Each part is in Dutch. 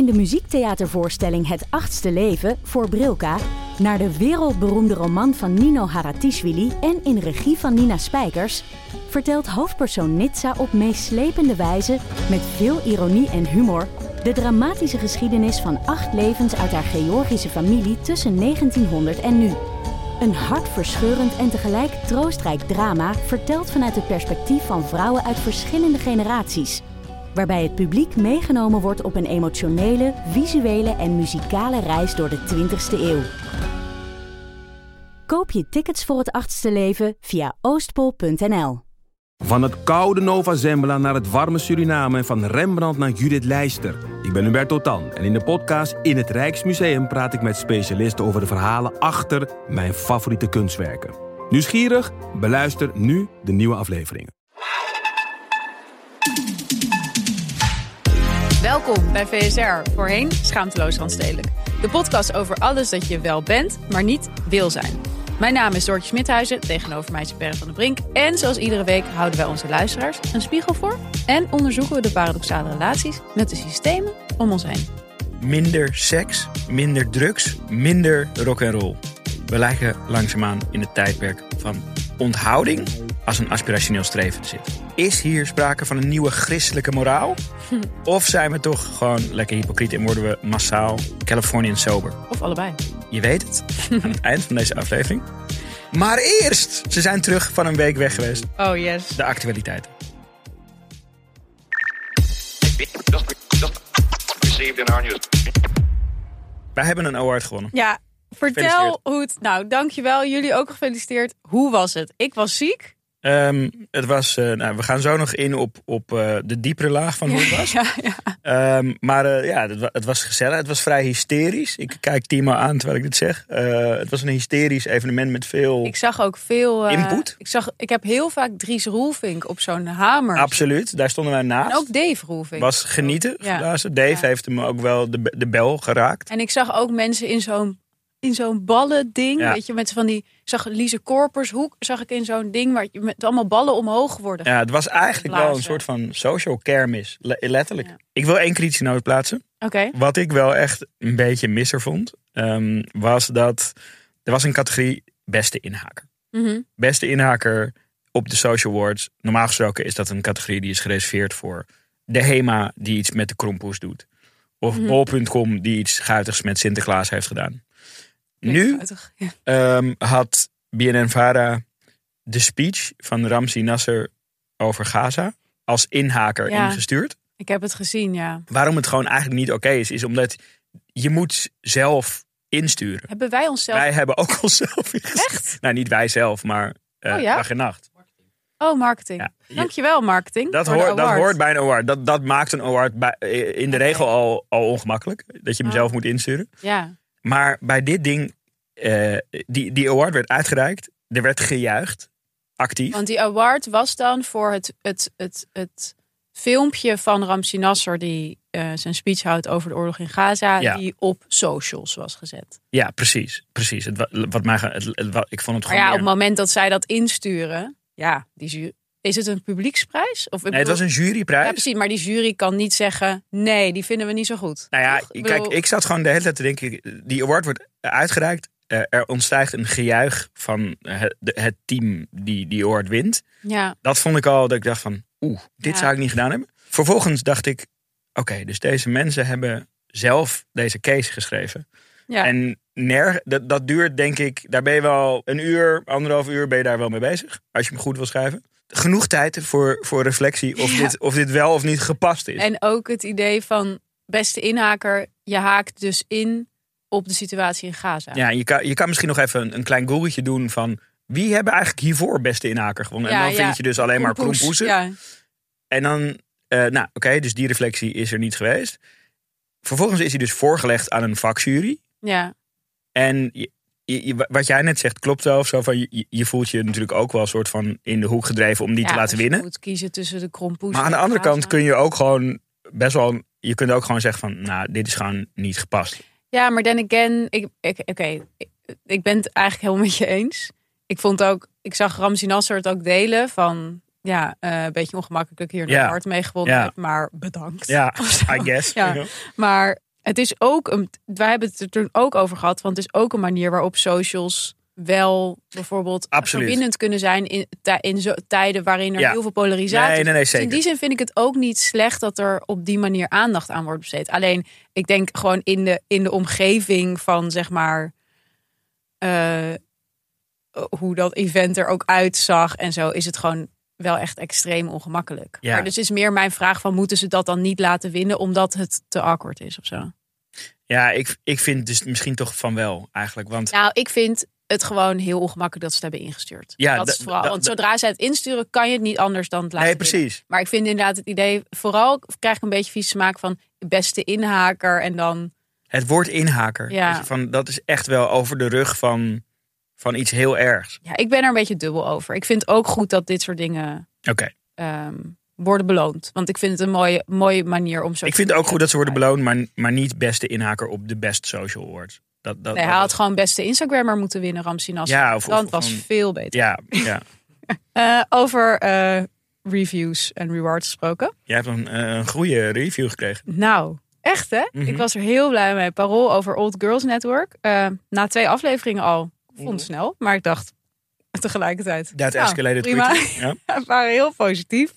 in de muziektheatervoorstelling Het Achtste Leven voor Brilka naar de wereldberoemde roman van Nino Haratischvili en in regie van Nina Spijkers, vertelt hoofdpersoon Nitsa op meeslepende wijze, met veel ironie en humor, de dramatische geschiedenis van 8 levens uit haar Georgische familie tussen 1900 en nu. Een hartverscheurend en tegelijk troostrijk drama verteld vanuit het perspectief van vrouwen uit verschillende generaties, waarbij het publiek meegenomen wordt op een emotionele, visuele en muzikale reis door de 20e eeuw. Koop je tickets voor Het Achtste Leven via oostpol.nl. Van het koude Nova Zembla naar het warme Suriname en van Rembrandt naar Judith Leister. Ik ben Humberto Tan en in de podcast In het Rijksmuseum praat ik met specialisten over de verhalen achter mijn favoriete kunstwerken. Nieuwsgierig? Beluister nu de nieuwe afleveringen. Welkom bij VSR, voorheen Schaamteloos Randstedelijk. De podcast over alles dat je wel bent, maar niet wil zijn. Mijn naam is Doortje Smithuizen, tegenover mij is Perre van der Brink. En zoals iedere week houden wij onze luisteraars een spiegel voor en onderzoeken we de paradoxale relaties met de systemen om ons heen. Minder seks, minder drugs, minder rock'n'roll. We lijken langzaamaan in het tijdperk van onthouding als een aspirationeel streven te zitten. Is hier sprake van een nieuwe christelijke moraal? Of zijn we toch gewoon lekker hypocriet en worden we massaal Californian sober? Of allebei. Je weet het, aan het eind van deze aflevering. Maar eerst, ze zijn terug van een week weg geweest. Oh yes. De actualiteit. Wij hebben een award gewonnen. Ja, vertel hoe het... Nou, dankjewel. Jullie ook gefeliciteerd. Hoe was het? Ik was ziek. Het was, we gaan zo nog in op de diepere laag van hoe het was. Het was gezellig. Het was vrij hysterisch. Ik kijk Timo aan terwijl ik dit zeg. Het was een hysterisch evenement met veel... Ik zag ook veel... input. Ik heb heel vaak Dries Roelvink op zo'n hamer. Absoluut, daar stonden wij naast. En ook Dave Roelvink. Was genieten. Ja. Dave heeft hem ook wel de bel geraakt. En ik zag ook mensen in zo'n ballending, weet je, met van die... Ik zag Lise Korpershoek, zag ik in zo'n ding waar je met allemaal ballen omhoog worden. Ja, het was eigenlijk wel een soort van social kermis, letterlijk. Ja. Ik wil 1 kritische noot plaatsen. Okay. Wat ik wel echt een beetje misser vond, was dat er was een categorie beste inhaker. Mm-hmm. Beste inhaker op de Social Awards. Normaal gesproken is dat een categorie die is gereserveerd voor de HEMA die iets met de krompoes doet. Of bol.com die iets guitigs met Sinterklaas heeft gedaan. Nu had BNN-Vara de speech van Ramzi Nasser over Gaza als inhaker ingestuurd. Ik heb het gezien, ja. Waarom het gewoon eigenlijk niet oké is omdat je moet zelf insturen. Hebben wij onszelf... Wij hebben ook onszelf ingestuurd. Echt? Nou, niet wij zelf, maar dag en nacht. Oh, marketing. Ja. Dankjewel, marketing. Dat hoort bij een award. Dat maakt een award in de regel al ongemakkelijk. Dat je hem zelf moet insturen. Ja. Maar bij dit ding, die award werd uitgereikt. Er werd gejuicht, actief. Want die award was dan voor het filmpje van Ramzi Nasser... die zijn speech houdt over de oorlog in Gaza... die op socials was gezet. Ja, precies. Ik vond het gewoon maar op het moment dat zij dat insturen... Ja, is het een publieksprijs? Nee, het was een juryprijs. Ja, precies. Maar die jury kan niet zeggen... nee, die vinden we niet zo goed. Nou ja, kijk, ik zat gewoon de hele tijd te denken... die award wordt uitgereikt. Er ontstijgt een gejuich van het team die award wint. Ja. Dat vond ik al, dat ik dacht van... dit zou ik niet gedaan hebben. Vervolgens dacht ik... oké, dus deze mensen hebben zelf deze case geschreven. Ja. En dat duurt, denk ik... daar ben je wel 1 uur, 1,5 uur... ben je daar wel mee bezig. Als je hem goed wil schrijven. Genoeg tijd voor reflectie of dit wel of niet gepast is. En ook het idee van beste inhaker. Je haakt dus in op de situatie in Gaza. Ja, je kan misschien nog even een klein googletje doen van... wie hebben eigenlijk hiervoor beste inhaker gewonnen? En dan vind je dus alleen maar krompoezen. Ja. En dan, dus die reflectie is er niet geweest. Vervolgens is hij dus voorgelegd aan een vakjury. Ja. En wat jij net zegt klopt wel. Of zo, van je voelt je natuurlijk ook wel een soort van in de hoek gedreven om die te laten winnen. Je moet kiezen tussen de krompoes. Maar aan de andere kant kun je ook gewoon best wel... Je kunt ook gewoon zeggen van, nou, dit is gewoon niet gepast. Ja, maar then again, ik ben het eigenlijk helemaal met je eens. Ik zag Ramzi Nasser het ook delen van... Ja, een beetje ongemakkelijk dat ik hier een award mee gewonnen heb. Maar bedankt. Ja, I guess. Ja. Maar Het is ook wij hebben het er toen ook over gehad, want het is ook een manier waarop socials wel bijvoorbeeld verbindend kunnen zijn in tijden waarin er heel veel polarisatie is. Nee, dus in die zin vind ik het ook niet slecht dat er op die manier aandacht aan wordt besteed. Alleen, ik denk gewoon in de omgeving van, zeg maar, hoe dat event er ook uitzag en zo, is het gewoon wel echt extreem ongemakkelijk. Ja. Maar dus is meer mijn vraag van, moeten ze dat dan niet laten winnen omdat het te awkward is of zo? Ja, ik vind dus misschien toch van wel eigenlijk. Want... Nou, ik vind het gewoon heel ongemakkelijk dat ze het hebben ingestuurd. Ja, dat is vooral. Want zodra ze het insturen, kan je het niet anders dan het laten. Nee, precies. Winnen. Maar ik vind inderdaad het idee, vooral krijg ik een beetje vieze smaak van beste inhaker en dan... Het woord inhaker. Ja. Dat is echt wel over de rug van iets heel ergs. Ja, ik ben er een beetje dubbel over. Ik vind ook goed dat dit soort dingen worden beloond. Want ik vind het een mooie manier om zo... Ik vind het ook goed dat ze worden beloond, maar niet beste inhaker op de best social awards. Hij had gewoon beste Instagrammer moeten winnen, Ramzi Nasser. Ja, dat was veel beter. Ja. Over reviews en rewards gesproken. Jij hebt een goede review gekregen. Nou, echt hè? Mm-hmm. Ik was er heel blij mee. Parool over Old Girls Network. Na 2 afleveringen al. Vond het snel, maar ik dacht tegelijkertijd... Dat escalated prima. Ja. Het waren heel positief.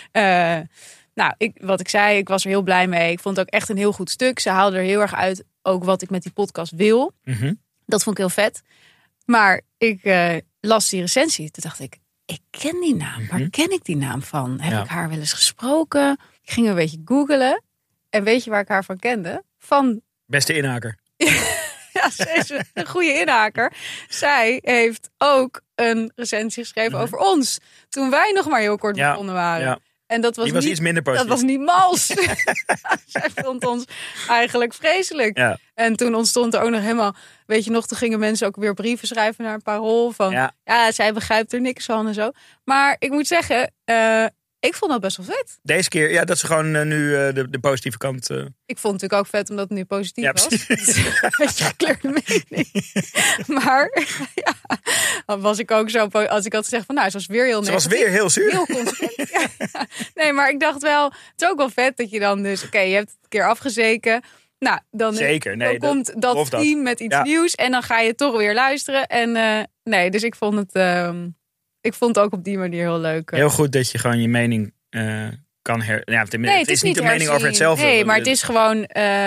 Wat ik zei, ik was er heel blij mee. Ik vond het ook echt een heel goed stuk. Ze haalden er heel erg uit, ook wat ik met die podcast wil. Mm-hmm. Dat vond ik heel vet. Maar ik las die recensie. Toen dacht ik ken die naam. Mm-hmm. Waar ken ik die naam van? Heb ik haar wel eens gesproken? Ik ging een beetje googlen. En weet je waar ik haar van kende? Van... Beste inhaker. Ja, ze is een goede inhaker. Zij heeft ook een recensie geschreven over ons. Toen wij nog maar heel kort begonnen waren. Ja. En dat was die was niet, iets minder positief. Dat was niet mals. Zij vond ons eigenlijk vreselijk. Ja. En toen ontstond er ook nog helemaal... Weet je nog, toen gingen mensen ook weer brieven schrijven naar een Parool. Van ja, zij begrijpt er niks van en zo. Maar ik moet zeggen... ik vond dat best wel vet. Deze keer, dat ze gewoon nu de positieve kant... Ik vond het natuurlijk ook vet omdat het nu positief was. Beetje gekleurde mening. Maar dan was ik ook zo... Als ik had gezegd van ze was weer heel negatief. Ze was weer heel zuur. Heel consequent. Nee, maar ik dacht wel... Het is ook wel vet dat je dan dus... Oké, je hebt het een keer afgezeken. Nou, dan komt dat team met iets nieuws. En dan ga je toch weer luisteren. En dus ik vond het... Ik vond het ook op die manier heel leuk. Heel goed dat je gewoon je mening kan het is niet een mening over hetzelfde. Nee, maar het is gewoon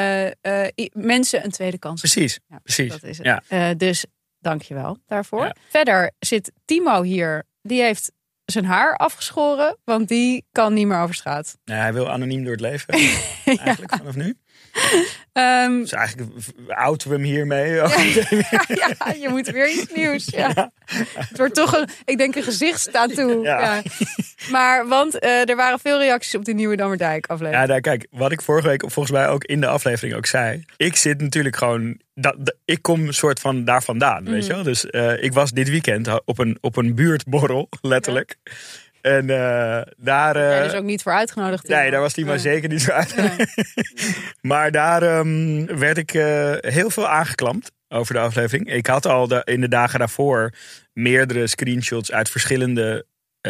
mensen een tweede kans. Precies. Dat is het. Ja. Dus dank je wel daarvoor. Ja. Verder zit Timo hier. Die heeft zijn haar afgeschoren, want die kan niet meer over straat. Nou, hij wil anoniem door het leven. Eigenlijk vanaf nu. Dus eigenlijk outen we hem hiermee. Je moet weer iets nieuws. Ja. Het wordt toch een gezichtstattoo. Ja. Maar want er waren veel reacties op de nieuwe Dammerdijk aflevering. Ja, kijk, wat ik vorige week volgens mij ook in de aflevering ook zei. Ik zit natuurlijk gewoon... ik kom een soort van daar vandaan, weet je wel. Dus ik was dit weekend op een buurtborrel, letterlijk. Ja. En daar... Daar is ook niet voor uitgenodigd. Nee, daar was hij maar zeker niet voor uitgenodigd. Ja. Maar daar werd ik heel veel aangeklampt over de aflevering. Ik had al in de dagen daarvoor meerdere screenshots uit verschillende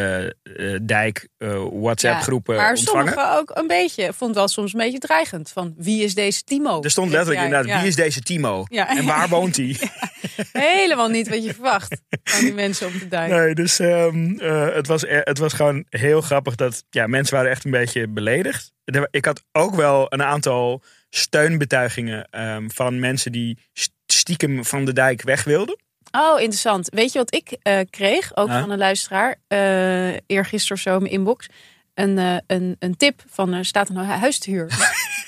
Dijk WhatsApp groepen maar ontvangen. Maar sommigen ook een beetje, vond wel soms een beetje dreigend. Van wie is deze Timo? Er stond letterlijk inderdaad, wie is deze Timo? Ja. En waar woont hij? Ja. Helemaal niet wat je verwacht van die mensen op de Dijk. Nee, dus het was gewoon heel grappig dat mensen waren echt een beetje beledigd. Ik had ook wel een aantal steunbetuigingen van mensen die stiekem van de Dijk weg wilden. Oh, interessant. Weet je wat ik kreeg? Ook van een luisteraar. Eergisteren of zo in mijn inbox. Een tip van staat een huis te huur.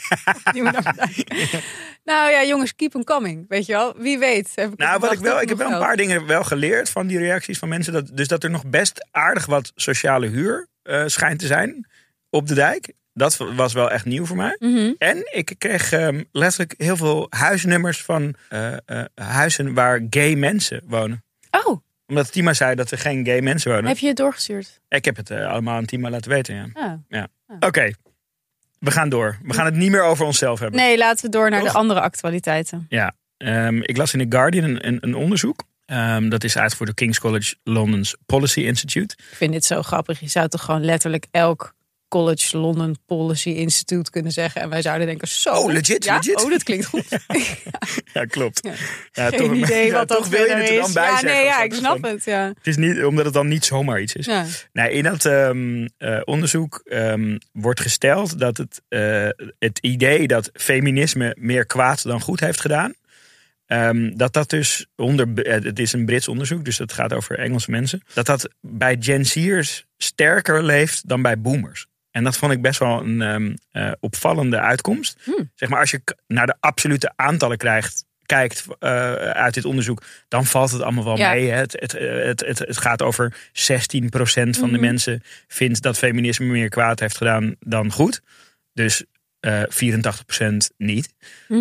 Nou ja, jongens, keep them coming. Weet je wel? Wie weet. Ik heb wel een paar dingen wel geleerd van die reacties van mensen. Dat er nog best aardig wat sociale huur schijnt te zijn op de Dijk. Dat was wel echt nieuw voor mij. Mm-hmm. En ik kreeg letterlijk heel veel huisnummers van huizen waar gay mensen wonen. Oh. Omdat Tima zei dat er geen gay mensen wonen. Heb je het doorgestuurd? Ik heb het allemaal aan Tima laten weten, ja. Oh. Ja. Oh. Oké. We gaan door. We gaan het niet meer over onszelf hebben. Nee, laten we door naar de andere actualiteiten. Ja. Ik las in The Guardian een onderzoek. Dat is uitgevoerd door King's College London's Policy Institute. Ik vind dit zo grappig. Je zou toch gewoon letterlijk elk College London Policy Institute kunnen zeggen. En wij zouden denken, legit. Oh, dat klinkt goed. Ja, klopt. Ja. Ja, geen idee wat dat wil je het er dan is. bij zeggen. Ik snap het. Ja. Het is niet, omdat het dan niet zomaar iets is. Ja. Nee, in dat onderzoek wordt gesteld dat het idee dat feminisme meer kwaad dan goed heeft gedaan. Dat dus het is een Brits onderzoek, dus dat gaat over Engelse mensen. Dat bij Gen Z'ers sterker leeft dan bij boomers. En dat vond ik best wel een opvallende uitkomst. Zeg maar, als je naar de absolute aantallen kijkt uit dit onderzoek, dan valt het allemaal wel mee. Hè? Het gaat over 16% van de mensen vindt dat feminisme meer kwaad heeft gedaan dan goed. Dus 84% niet.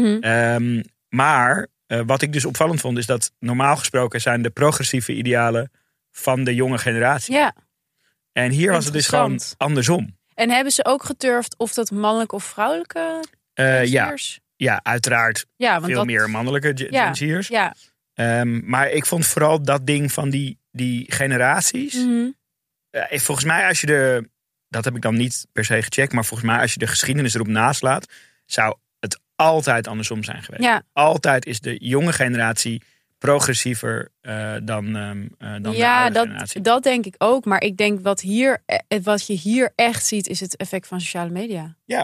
Maar wat ik dus opvallend vond, is dat normaal gesproken zijn de progressieve idealen van de jonge generatie. Ja. En hier was het dus gewoon andersom. En hebben ze ook geturfd of dat mannelijke of vrouwelijke ja, uiteraard veel meer mannelijke Gen Z'ers. Ja. Maar ik vond vooral dat ding van die generaties. Volgens mij als je dat heb ik dan niet per se gecheckt, maar volgens mij als je de geschiedenis erop naslaat, zou het altijd andersom zijn geweest. Ja. Altijd is de jonge generatie progressiever dan de oude generatie. Dat denk ik ook. Maar ik denk wat je hier echt ziet, is het effect van sociale media. Ja,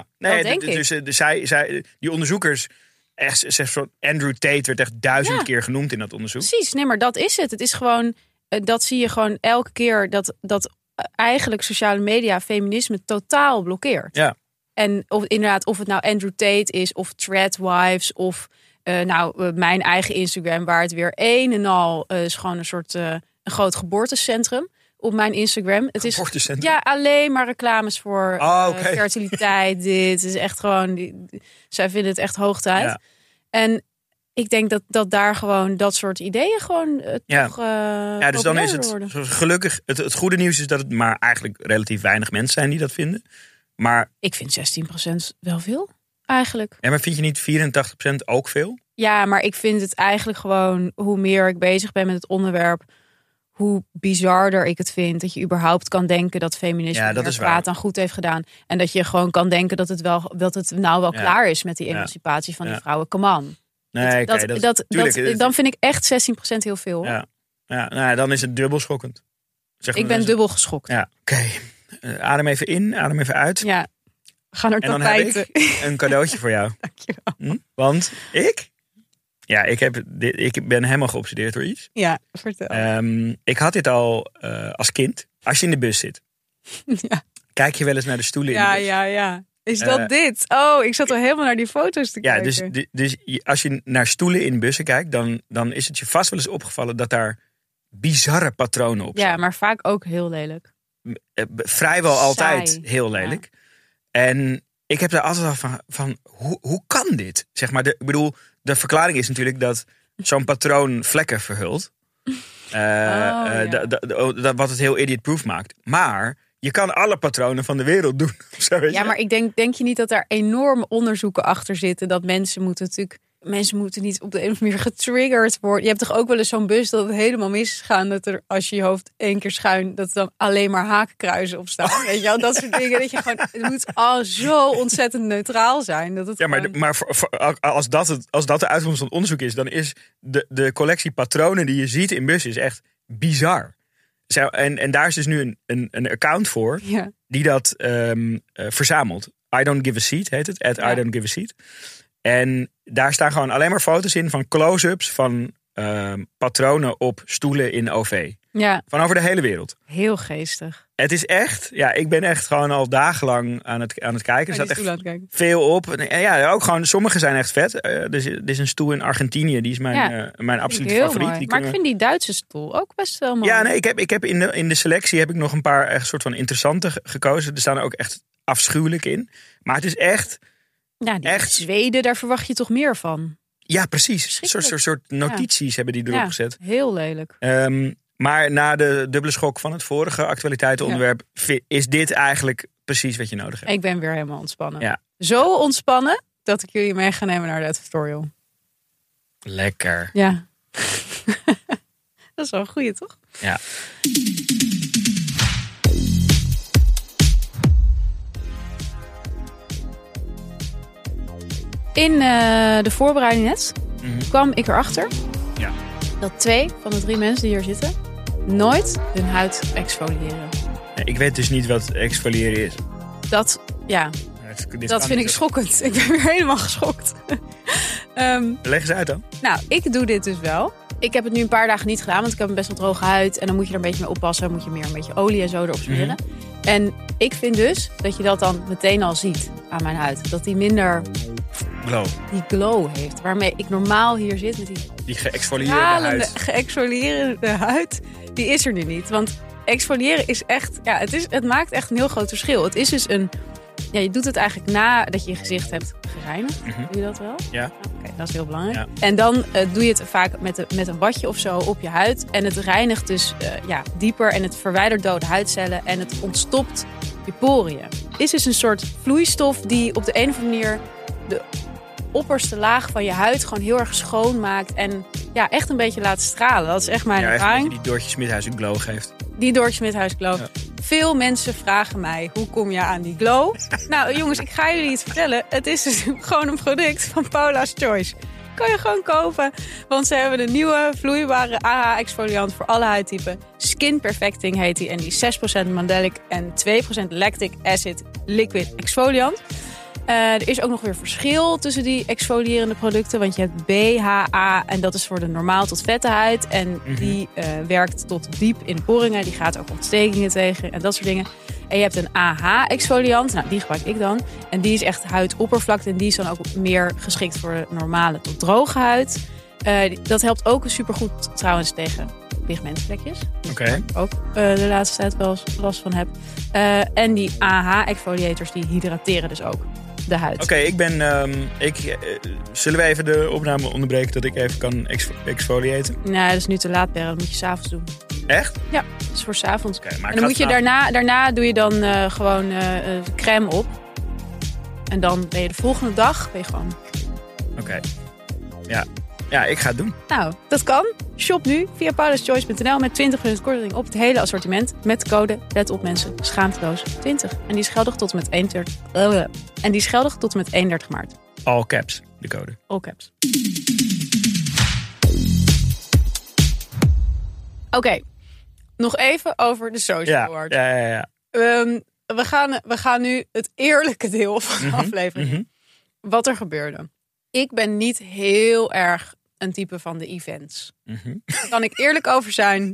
die onderzoekers, Andrew Tate werd echt 1000 keer genoemd in dat onderzoek. Precies, nee, maar dat is het. Het is gewoon, dat zie je gewoon elke keer dat eigenlijk sociale media feminisme totaal blokkeert. Ja. En of het nou Andrew Tate is of Threadwives of mijn eigen Instagram, waar het weer een en al is gewoon een soort een groot geboortecentrum op mijn Instagram. Het is alleen maar reclames voor fertiliteit. Dit is echt gewoon, zij vinden het echt hoog tijd. Ja. En ik denk dat daar gewoon dat soort ideeën gewoon toch dus dan is het worden. Gelukkig, het goede nieuws is dat het maar eigenlijk relatief weinig mensen zijn die dat vinden. Maar ik vind 16% wel veel, eigenlijk. Ja, maar vind je niet 84% ook veel? Ja, maar ik vind het eigenlijk gewoon, hoe meer ik bezig ben met het onderwerp, hoe bizarder ik het vind dat je überhaupt kan denken dat feminisme meer kwaad dan goed heeft gedaan. En dat je gewoon kan denken dat het nou wel klaar is met die emancipatie van die vrouwen. Come on. Nee, dan vind ik echt 16% heel veel. Hoor. Ja, dan is het dubbel schokkend. Ik ben dubbel geschokt. Ja, oké. Adem even in, adem even uit. Ja, ga naar tapijten. En dan heb ik een cadeautje voor jou. Dankjewel. Want ik ben helemaal geobsedeerd door iets. Ja, vertel. Ik had dit al als kind. Als je in de bus zit, kijk je wel eens naar de stoelen in de bus. Ja. Is dat dit? Oh, ik zat al helemaal naar die foto's te kijken. Dus als je naar stoelen in bussen kijkt, dan is het je vast wel eens opgevallen dat daar bizarre patronen op zijn. Ja, maar vaak ook heel lelijk. Vrijwel altijd heel lelijk. Ja. En ik heb daar altijd al van hoe kan dit? Zeg maar, de verklaring is natuurlijk dat zo'n patroon vlekken verhult. Wat het heel idiot-proof maakt. Maar je kan alle patronen van de wereld doen. Zo, weet je? Maar ik denk je niet dat daar enorme onderzoeken achter zitten? Dat mensen moeten niet op de een of andere manier getriggerd worden. Je hebt toch ook wel eens zo'n bus dat het helemaal mis is gegaan, dat er als je hoofd 1 keer schuin, dat er dan alleen maar hakenkruisen op staan. Weet je wel? Dat soort dingen. Dat je gewoon, het moet al zo ontzettend neutraal zijn. Dat het maar als dat de uitkomst van het onderzoek is, dan is de collectie patronen die je ziet in bussen is echt bizar. En daar is dus nu een account voor die dat verzamelt. I don't give a seat heet het. I don't give a seat. En daar staan gewoon alleen maar foto's in van close-ups van patronen op stoelen in OV. Ja. Van over de hele wereld. Heel geestig. Het is echt, ik ben echt gewoon al dagenlang aan het kijken. Er staat echt veel op. En ook gewoon, sommige zijn echt vet. Er is een stoel in Argentinië, die is mijn absolute favoriet. Maar ik vind die Duitse stoel ook best wel mooi. Ja, nee, ik heb in de selectie heb ik nog een paar echt soort van interessante gekozen. Er staan er ook echt afschuwelijk in. Maar het is echt... Ja, echt Zweden, daar verwacht je toch meer van? Ja, precies. Een soort notities hebben die erop gezet. Heel lelijk. Maar na de dubbele schok van het vorige actualiteitenonderwerp is dit eigenlijk precies wat je nodig hebt. Ik ben weer helemaal ontspannen. Ja. Zo ontspannen dat ik jullie mee ga nemen naar de tutorial. Lekker. Ja. Dat is wel een goeie, toch? Ja. In de voorbereiding net kwam ik erachter dat 2 van de 3 mensen die hier zitten nooit hun huid exfoliëren. Ik weet dus niet wat exfoliëren is. Dat vind ik schokkend. Ik ben weer helemaal geschokt. Leg eens uit dan. Nou, ik doe dit dus wel. Ik heb het nu een paar dagen niet gedaan, want ik heb een best wel droge huid. En dan moet je er een beetje mee oppassen. Dan moet je meer een beetje olie en zo erop smeren. En ik vind dus dat je dat dan meteen al ziet aan mijn huid. Dat die minder die glow heeft. Waarmee ik normaal hier zit met die geëxfolieerde huid. Die is er nu niet. Want exfoliëren is echt... Ja, het maakt echt een heel groot verschil. Het is dus een... Ja, je doet het eigenlijk nadat je je gezicht hebt gereinigd. Doe je dat wel? Ja. Oké, dat is heel belangrijk. Ja. En dan doe je het vaak met een badje of zo op je huid. En het reinigt dus dieper en het verwijdert dode huidcellen. En het ontstopt je poriën. Het is dus een soort vloeistof die op de een of andere manier de opperste laag van je huid gewoon heel erg schoon maakt. En ja, echt een beetje laat stralen. Dat is echt mijn ervaring. Die Doortje Smithuis een glow geeft. Die Doortje Smithuis glow. Ja. Veel mensen vragen mij, hoe kom je aan die glow? Nou jongens, ik ga jullie iets vertellen. Het is dus gewoon een product van Paula's Choice. Kan je gewoon kopen. Want ze hebben een nieuwe vloeibare AHA-exfoliant voor alle huidtypen. Skin Perfecting heet die. En die is 6% mandelic en 2% lactic acid liquid exfoliant. Er is ook nog weer verschil tussen die exfolierende producten. Want je hebt BHA en dat is voor de normaal tot vette huid. En die werkt tot diep in de poringen. Die gaat ook ontstekingen tegen en dat soort dingen. En je hebt een AH-exfoliant. Nou, die gebruik ik dan. En die is echt huidoppervlakte. En die is dan ook meer geschikt voor de normale tot droge huid. Dat helpt ook supergoed trouwens tegen pigmentvlekjes. Oké. Ook de laatste tijd wel eens last van heb. En die AH-exfoliators die hydrateren dus ook de huid. Oké, zullen we even de opname onderbreken dat ik even kan exfoliëren? Nee, dat is nu te laat, Perre. Dat moet je 's avonds doen. Echt? Ja, dat is voor 's avonds. Okay, en dan moet je daarna doe je dan gewoon crème op. En dan ben je de volgende dag gewoon... Oké. Ja, ik ga het doen. Nou, dat kan. Shop nu via paulaschoice.nl met 20% korting op het hele assortiment. Met de code, let op mensen, schaamteloos 20. En die is geldig tot en met 31 maart. All caps, de code. All caps. Oké, nog even over de Social Award. Ja. We gaan nu het eerlijke deel van de aflevering. Wat er gebeurde. Ik ben niet heel erg een type van de events. Daar kan ik eerlijk over zijn.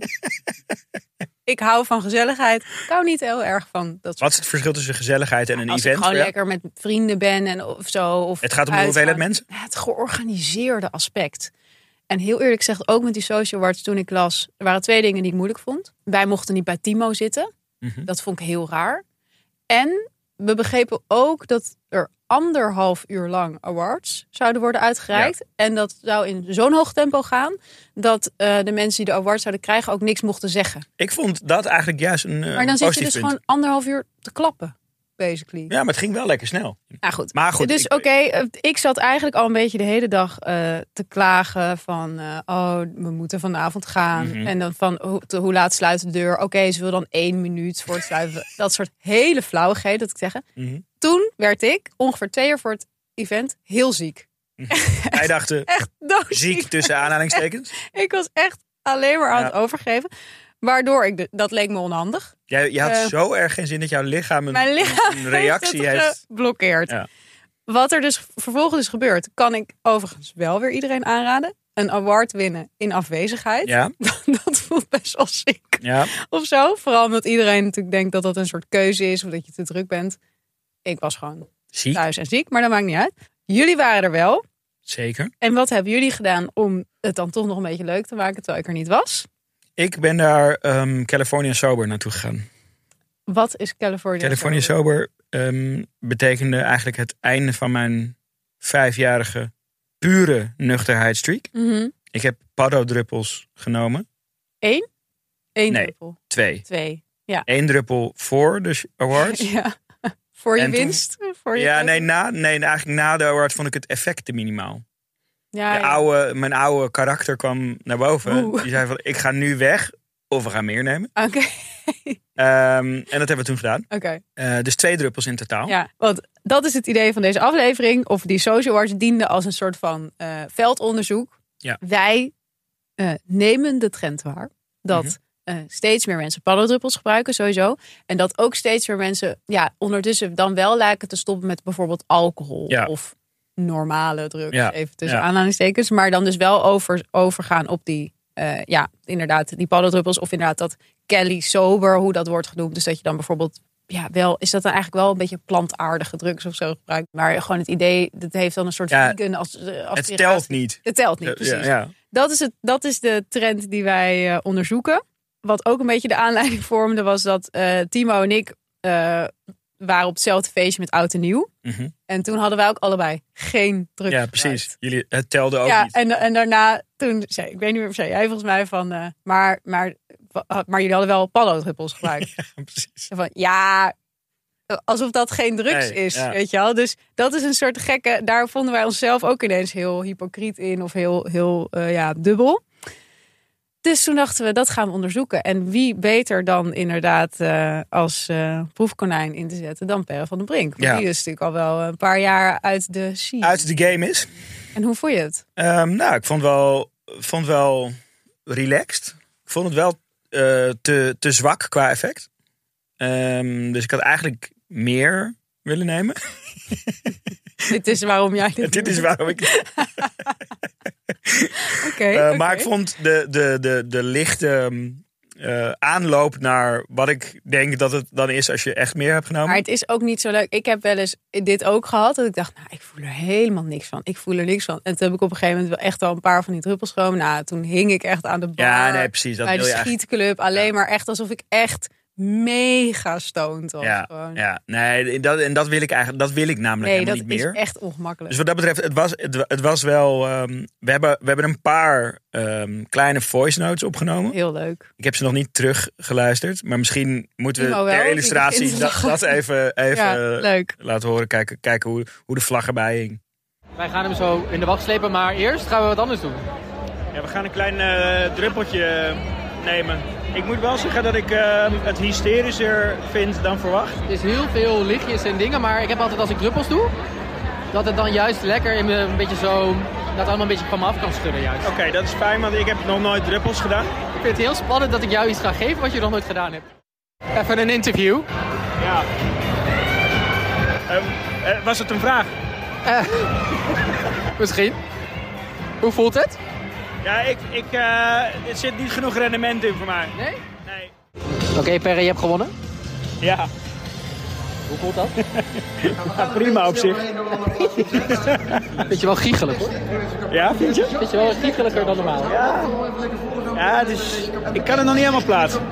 Ik hou van gezelligheid. Ik hou niet heel erg van dat. Wat is het verschil tussen gezelligheid en een event? Als ik gewoon lekker met vrienden ben en of zo. Of het gaat om de hoeveelheid mensen? Het georganiseerde aspect. En heel eerlijk gezegd, ook met die Social Awards toen ik las, er waren 2 dingen die ik moeilijk vond. Wij mochten niet bij Timo zitten. Dat vond ik heel raar. En we begrepen ook dat er 1,5 uur lang awards zouden worden uitgereikt. Ja. En dat zou in zo'n hoog tempo gaan dat de mensen die de awards zouden krijgen ook niks mochten zeggen. Ik vond dat eigenlijk juist een maar dan zit je dus punt. Gewoon 1,5 uur te klappen, basically. Ja, maar het ging wel lekker snel. Nou goed. Maar goed. Dus ik zat eigenlijk al een beetje de hele dag te klagen van we moeten vanavond gaan. En dan van hoe laat sluit de deur? Oké, ze wil dan 1 minuut voor het sluiten. Dat soort hele flauwigheden, dat ik zeggen. Toen werd ik ongeveer 2 uur voor het event heel ziek. Hij dacht echt ziek tussen aanhalingstekens. Ik was echt alleen maar aan het overgeven. Waardoor dat leek me onhandig. Je had zo erg geen zin dat jouw lichaam een reactie heeft geblokkeerd. Ja. Wat er dus vervolgens is gebeurd, kan ik overigens wel weer iedereen aanraden. Een award winnen in afwezigheid. Ja. Dat voelt best wel ziek. Ja. Of zo. Vooral omdat iedereen natuurlijk denkt dat dat een soort keuze is. Of dat je te druk bent. Ik was gewoon ziek. Thuis en ziek. Maar dat maakt niet uit. Jullie waren er wel. Zeker. En wat hebben jullie gedaan om het dan toch nog een beetje leuk te maken terwijl ik er niet was? Ik ben daar California Sober naartoe gegaan. Wat is California Sober? Betekende eigenlijk het einde van mijn 5-jarige pure nuchterheidsstreak. Ik heb paddodruppels genomen. 1? 1 nee, druppel? 2. Ja. 1 druppel voor de awards. Ja. Voor je winst? Eigenlijk na de awards vond ik het effect te minimaal. Mijn oude karakter kwam naar boven. Die zei van, ik ga nu weg of we gaan meer nemen. Oké. En dat hebben we toen gedaan. Oké. Dus 2 druppels in totaal. Ja, want dat is het idee van deze aflevering. Of die Social Awards dienden als een soort van veldonderzoek. Ja. Wij nemen de trend waar. Dat steeds meer mensen paddendruppels gebruiken sowieso. En dat ook steeds meer mensen ondertussen dan wel lijken te stoppen met bijvoorbeeld alcohol. Ja. Of normale drugs, even tussen aanhalingstekens. Maar dan dus wel overgaan op die, inderdaad, die paddendruppels. Of inderdaad dat Kelly Sober, hoe dat wordt genoemd. Dus dat je dan bijvoorbeeld, is dat dan eigenlijk wel een beetje plantaardige drugs of zo gebruikt. Maar gewoon het idee, dat heeft dan een soort vegan als het telt niet. Het telt niet, precies. Ja. Dat is de trend die wij onderzoeken. Wat ook een beetje de aanleiding vormde was dat Timo en ik waren op hetzelfde feestje met Oud en Nieuw. Mm-hmm. En toen hadden wij ook allebei geen drugs gebruikt. Precies. Het telde ook niet. En daarna, toen zei ik weet niet meer of zei jij volgens mij van, maar jullie hadden wel paddendruppels gebruikt. Ja, precies. Van, alsof dat geen drugs is, weet je wel. Dus dat is een soort gekke, daar vonden wij onszelf ook ineens heel hypocriet in of heel dubbel. Dus toen dachten we, dat gaan we onderzoeken. En wie beter dan inderdaad als proefkonijn in te zetten dan Perre van den Brink. Want die is natuurlijk al wel een paar jaar uit de scene. Uit de game is. En hoe vond je het? Ik vond wel relaxed. Ik vond het wel te zwak qua effect. Dus ik had eigenlijk meer willen nemen. Dit is waarom jij dit is waarom ik... Okay. Maar ik vond de lichte aanloop naar wat ik denk dat het dan is als je echt meer hebt genomen. Maar het is ook niet zo leuk. Ik heb wel eens dit ook gehad. Dat ik dacht, ik voel er helemaal niks van. En toen heb ik op een gegeven moment wel echt wel een paar van die druppels genomen. Toen hing ik echt aan de bar. Ja, nee, precies. Dat bij de schietclub. Alleen maar echt alsof ik echt mega stoned was. Nee, dat wil ik eigenlijk. Dat wil ik namelijk helemaal niet meer. Nee, dat is echt ongemakkelijk. Dus wat dat betreft, het was wel. We hebben een paar kleine voice notes opgenomen. Heel leuk. Ik heb ze nog niet teruggeluisterd, maar misschien moeten we ter illustratie dat even leuk laten horen. Kijken hoe de vlag erbij hing. Wij gaan hem zo in de wacht slepen, maar eerst gaan we wat anders doen. Ja, we gaan een klein druppeltje nemen. Ik moet wel zeggen dat ik het hysterischer vind dan verwacht. Het is heel veel lichtjes en dingen, maar ik heb altijd als ik druppels doe, dat het dan juist lekker een beetje zo, dat het allemaal een beetje van me af kan schudden juist. Oké, dat is fijn, want ik heb nog nooit druppels gedaan. Ik vind het heel spannend dat ik jou iets ga geven wat je nog nooit gedaan hebt. Even een interview. Ja. Was het een vraag? Misschien. Hoe voelt het? Ja, er zit niet genoeg rendement in voor mij. Nee? Nee. Oké, Perre, je hebt gewonnen. Ja. Hoe voelt dat? Ja, prima op zich. Vind je wel giechelig, hoor. Ja, vind je? Vind je wel giecheliger dan normaal? Ja, dus ik kan het nog niet helemaal plaatsen.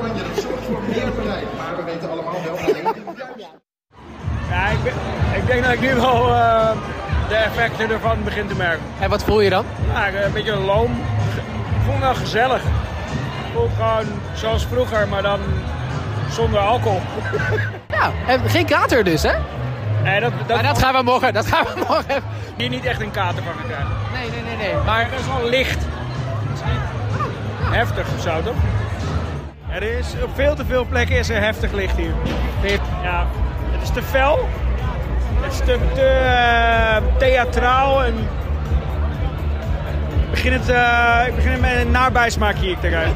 Ja, ik denk dat ik nu wel de effecten ervan begin te merken. En wat voel je dan? Ja, een beetje loom. Ik voel me wel gezellig. Ik voel gewoon zoals vroeger, maar dan zonder alcohol. Ja, geen kater dus, hè? Nee, dat gaan we morgen. Dat gaan we morgen. Hier niet echt een kater van gaan krijgen. Nee. Maar het is wel licht. Het is niet heftig of zo, toch? Er is op veel te veel plekken is er heftig licht hier. Ja, het is te fel. Het is te theatraal en ik begin met een naarbijsmaak hier te krijgen.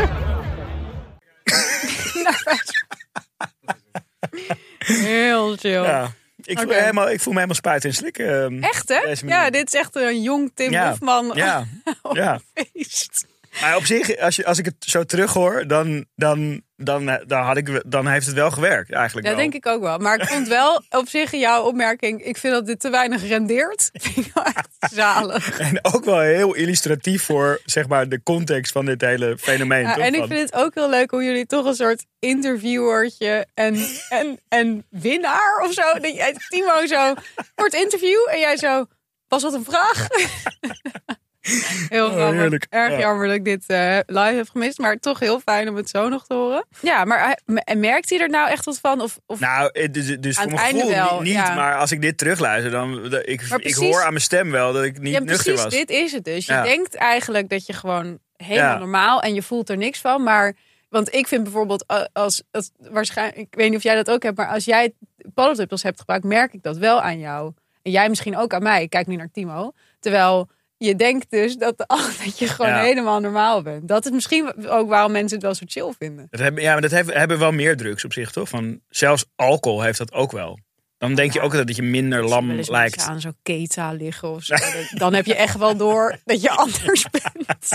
Heel chill. Ja. Ik voel me helemaal spuiten en slikken. Echt, hè? Ja, dit is echt een jong Tim Hofman op een feest. Maar op zich, als ik het zo terug hoor, dan heeft het wel gewerkt eigenlijk. Ja, denk ik ook wel. Maar ik vond wel op zich jouw opmerking, ik vind dat dit te weinig rendeert. Vind ik wel echt zalig. En ook wel heel illustratief voor, zeg maar, de context van dit hele fenomeen. Ja, en ik vind het ook heel leuk hoe jullie toch een soort interviewertje en winnaar of zo. Dat jij, Timo zo, voor het interview en jij zo, was dat een vraag? Heel grappig. Erg jammer dat ik dit live heb gemist. Maar toch heel fijn om het zo nog te horen. Ja, maar merkt hij er nou echt wat van? Of nou, dus voor mijn gevoel wel, niet. Ja. Maar als ik dit terugluister, dan ik hoor aan mijn stem wel dat ik niet nuchter was. Precies, dit is het dus. Je denkt eigenlijk dat je gewoon helemaal normaal en je voelt er niks van. Maar Want ik vind bijvoorbeeld, als waarschijnlijk, ik weet niet of jij dat ook hebt, maar als jij paddledruppels hebt gebruikt, merk ik dat wel aan jou. En jij misschien ook aan mij. Ik kijk nu naar Timo. Terwijl je denkt dus dat je gewoon helemaal normaal bent. Dat is misschien ook waarom mensen het wel zo chill vinden. Maar dat hebben wel meer drugs op zich, toch? Van, zelfs alcohol heeft dat ook wel. Dan denk je ook dat je minder lam lijkt. Als je aan zo'n keta liggen of zo. Dan heb je echt wel door dat je anders bent.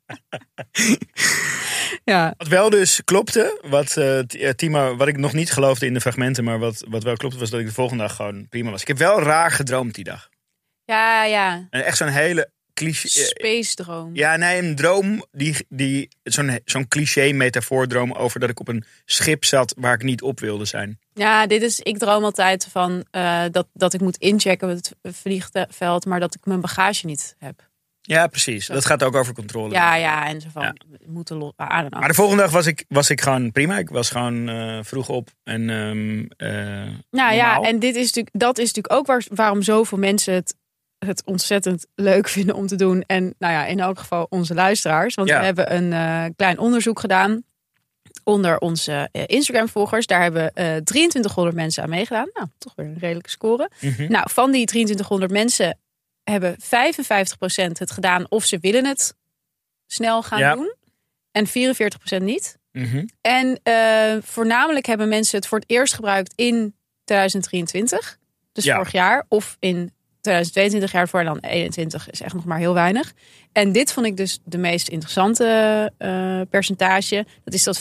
Ja. Wat wel dus klopte, wat ik nog niet geloofde in de fragmenten, maar wat wel klopte, was dat ik de volgende dag gewoon prima was. Ik heb wel raar gedroomd die dag. Ja. En echt zo'n hele cliché. Space droom. Ja, nee, een droom zo'n cliché metafoordroom over dat ik op een schip zat waar ik niet op wilde zijn. Ja, ik droom altijd van dat ik moet inchecken op het vliegveld, maar dat ik mijn bagage niet heb. Ja, precies. Dat gaat ook over controle. Ja, en zo van moeten maar de volgende dag was ik gewoon prima. Ik was gewoon vroeg op en en dat is natuurlijk ook waarom zoveel mensen het ontzettend leuk vinden om te doen. En in elk geval onze luisteraars. Want we hebben een klein onderzoek gedaan onder onze Instagram-volgers. Daar hebben 2300 mensen aan meegedaan. Nou, toch weer een redelijke score. Mm-hmm. Nou, van die 2300 mensen hebben 55% het gedaan of ze willen het snel gaan doen. En 44% niet. Mm-hmm. En voornamelijk hebben mensen het voor het eerst gebruikt in 2023. Dus vorig jaar. Of in 2022 jaar voor en dan 21 is echt nog maar heel weinig. En dit vond ik dus de meest interessante percentage. Dat is dat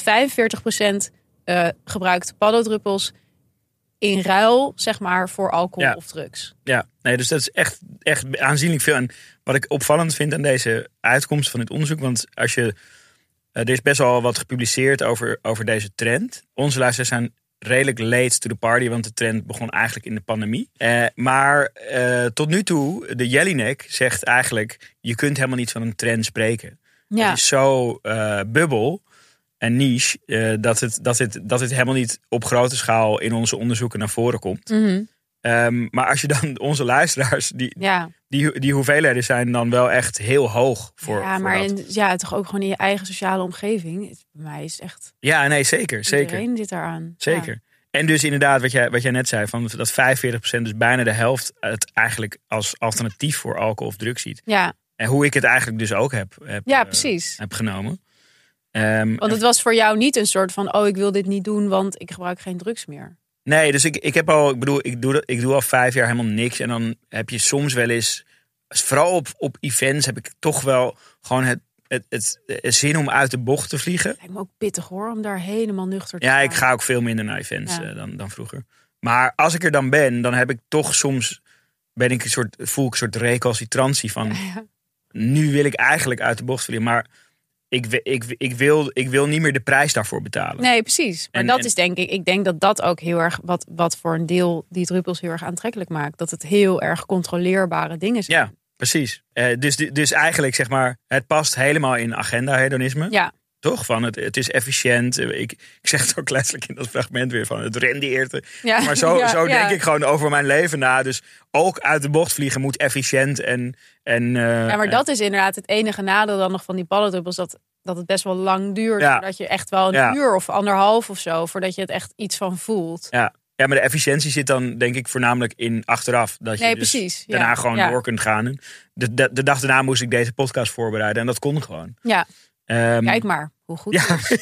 45% gebruikt paddledruppels in ruil, zeg maar, voor alcohol of drugs. Ja, nee, dus dat is echt aanzienlijk veel. En wat ik opvallend vind aan deze uitkomst van dit onderzoek, want als je er is best wel wat gepubliceerd over deze trend. Onze luisteraars zijn redelijk late to the party, want de trend begon eigenlijk in de pandemie. Maar tot nu toe, de Jelinek zegt eigenlijk, je kunt helemaal niet van een trend spreken. Ja. Het is zo bubbel en niche dat het helemaal niet op grote schaal in onze onderzoeken naar voren komt. Mm-hmm. Maar als je dan onze luisteraars, die hoeveelheden zijn dan wel echt heel hoog voor. Ja, maar toch ook gewoon in je eigen sociale omgeving. Bij mij is het echt. Ja, nee, zeker. Iedereen zit daaraan. Zeker. Ja. En dus inderdaad, wat jij net zei, van dat 45%, dus bijna de helft, het eigenlijk als alternatief voor alcohol of drugs ziet. Ja. En hoe ik het eigenlijk dus ook heb genomen. Want het was voor jou niet een soort van, ik wil dit niet doen, want ik gebruik geen drugs meer. Nee, dus ik doe al 5 jaar helemaal niks. En dan heb je soms wel eens, vooral op events, heb ik toch wel gewoon het zin om uit de bocht te vliegen. Het lijkt me ook pittig hoor, om daar helemaal nuchter te zijn. Ja, ik ga ook veel minder naar events dan vroeger. Maar als ik er dan ben, dan heb ik toch soms, voel ik een soort recalcitrantie van, nu wil ik eigenlijk uit de bocht vliegen. Maar ik wil niet meer de prijs daarvoor betalen. Nee, precies. Maar is denk ik denk dat ook heel erg wat voor een deel die druppels heel erg aantrekkelijk maakt. Dat het heel erg controleerbare dingen zijn. Ja, precies. Dus eigenlijk zeg maar, het past helemaal in agenda-hedonisme. Ja. Toch? Van het is efficiënt. Ik zeg het ook letterlijk in dat fragment weer van het rendeert. Ja. Maar zo denk ik gewoon over mijn leven na. Dus ook uit de bocht vliegen moet efficiënt maar dat is inderdaad het enige nadeel dan nog van die paddledruppels. Dat het best wel lang duurt. Ja. Voordat je echt wel een uur of 1,5 of zo. Voordat je het echt iets van voelt. Ja. Ja, maar de efficiëntie zit dan denk ik voornamelijk in achteraf. Dat je dus daarna gewoon door kunt gaan. De dag daarna moest ik deze podcast voorbereiden. En dat kon gewoon. Ja. Kijk maar, hoe goed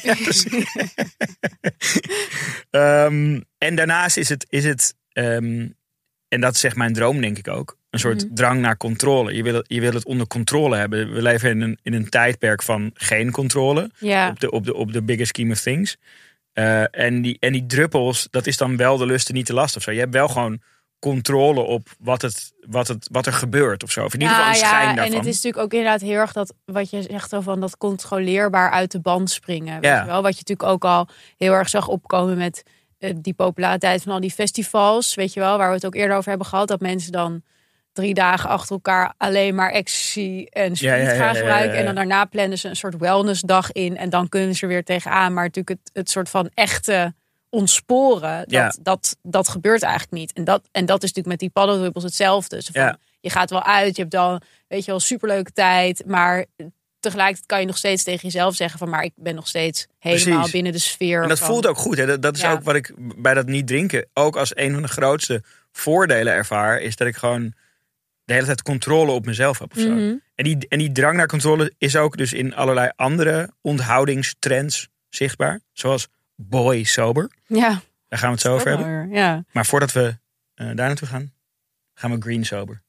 en daarnaast is het en dat is echt mijn droom denk ik ook, een soort drang naar controle. Je wil het onder controle hebben. We leven in een tijdperk van geen controle op de bigger scheme of things. En die druppels, dat is dan wel de lust en niet de last of zo. Je hebt wel gewoon controle op wat er gebeurt of zo. Of in ieder geval een schijn daarvan. En het is natuurlijk ook inderdaad heel erg dat wat je zegt van dat controleerbaar uit de band springen. Weet je wel? Wat je natuurlijk ook al heel erg zag opkomen met die populariteit van al die festivals. Weet je wel, waar we het ook eerder over hebben gehad. Dat mensen dan 3 dagen achter elkaar alleen maar ecstasy en speed gaan gebruiken. En dan daarna plannen ze een soort wellnessdag in. En dan kunnen ze weer tegenaan. Maar natuurlijk het soort van echte ontsporen, dat gebeurt eigenlijk niet. En dat is natuurlijk met die paddledruppels hetzelfde. Dus van, je gaat wel uit, je hebt dan, weet je wel, superleuke tijd, maar tegelijkertijd kan je nog steeds tegen jezelf zeggen van, maar ik ben nog steeds helemaal binnen de sfeer. En dat voelt ook goed. Hè? Dat is ook wat ik bij dat niet drinken ook als een van de grootste voordelen ervaar, is dat ik gewoon de hele tijd controle op mezelf heb. Of zo. Mm-hmm. En die drang naar controle is ook dus in allerlei andere onthoudingstrends zichtbaar. Zoals boy sober. Ja. Daar gaan we het zo over hebben. Ja. Maar voordat we daar naartoe gaan, gaan we green sober.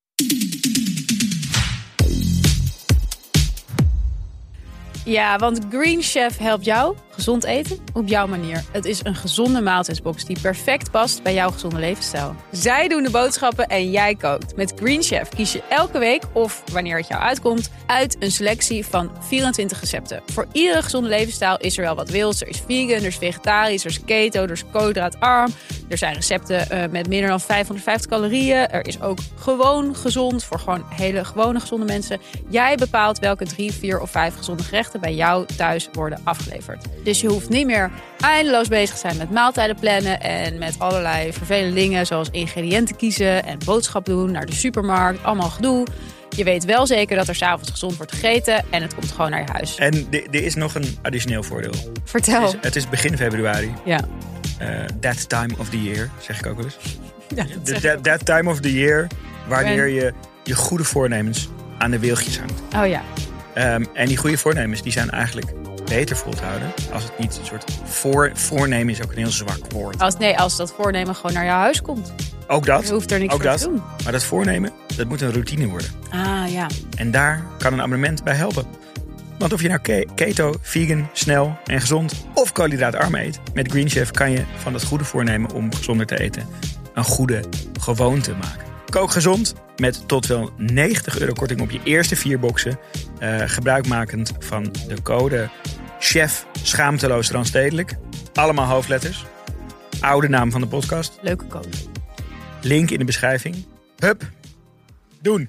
Ja, want Green Chef helpt jou gezond eten op jouw manier. Het is een gezonde maaltijdsbox die perfect past bij jouw gezonde levensstijl. Zij doen de boodschappen en jij kookt. Met Green Chef kies je elke week, of wanneer het jou uitkomt, uit een selectie van 24 recepten. Voor iedere gezonde levensstijl is er wel wat wils. Er is vegan, er is vegetarisch, er is keto, er is koolhydraatarm. Er zijn recepten met minder dan 550 calorieën. Er is ook gewoon gezond voor gewoon hele gewone gezonde mensen. Jij bepaalt welke 3, 4 of 5 gezonde gerechten bij jou thuis worden afgeleverd. Dus je hoeft niet meer eindeloos bezig te zijn met maaltijden plannen en met allerlei vervelende dingen zoals ingrediënten kiezen en boodschap doen naar de supermarkt. Allemaal gedoe. Je weet wel zeker dat er 's avonds gezond wordt gegeten en het komt gewoon naar je huis. En er is nog een additioneel voordeel. Vertel. Het is begin februari. Ja. That time of the year, zeg ik ook wel eens. Ja, that time of the year, wanneer je goede voornemens aan de wieltjes hangt. Oh ja. En die goede voornemens die zijn eigenlijk beter vol te houden als het niet een soort voornemen is, ook een heel zwak woord. Als dat voornemen gewoon naar jouw huis komt. Ook dat. Je hoeft er niks voor te doen. Maar dat voornemen, dat moet een routine worden. Ah ja. En daar kan een abonnement bij helpen. Want of je nou keto, vegan, snel en gezond of koolhydraatarm eet, met Green Chef kan je van dat goede voornemen om gezonder te eten een goede gewoonte maken. Kook gezond met tot wel €90 korting op je eerste 4 boxen. Gebruikmakend van de code CHEF schaamteloos randstedelijk. Allemaal hoofdletters. Oude naam van de podcast. Leuke code. Link in de beschrijving. Hup. Doen.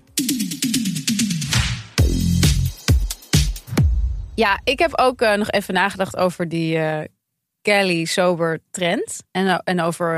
Ja, ik heb ook nog even nagedacht over die Cali sober trend. En over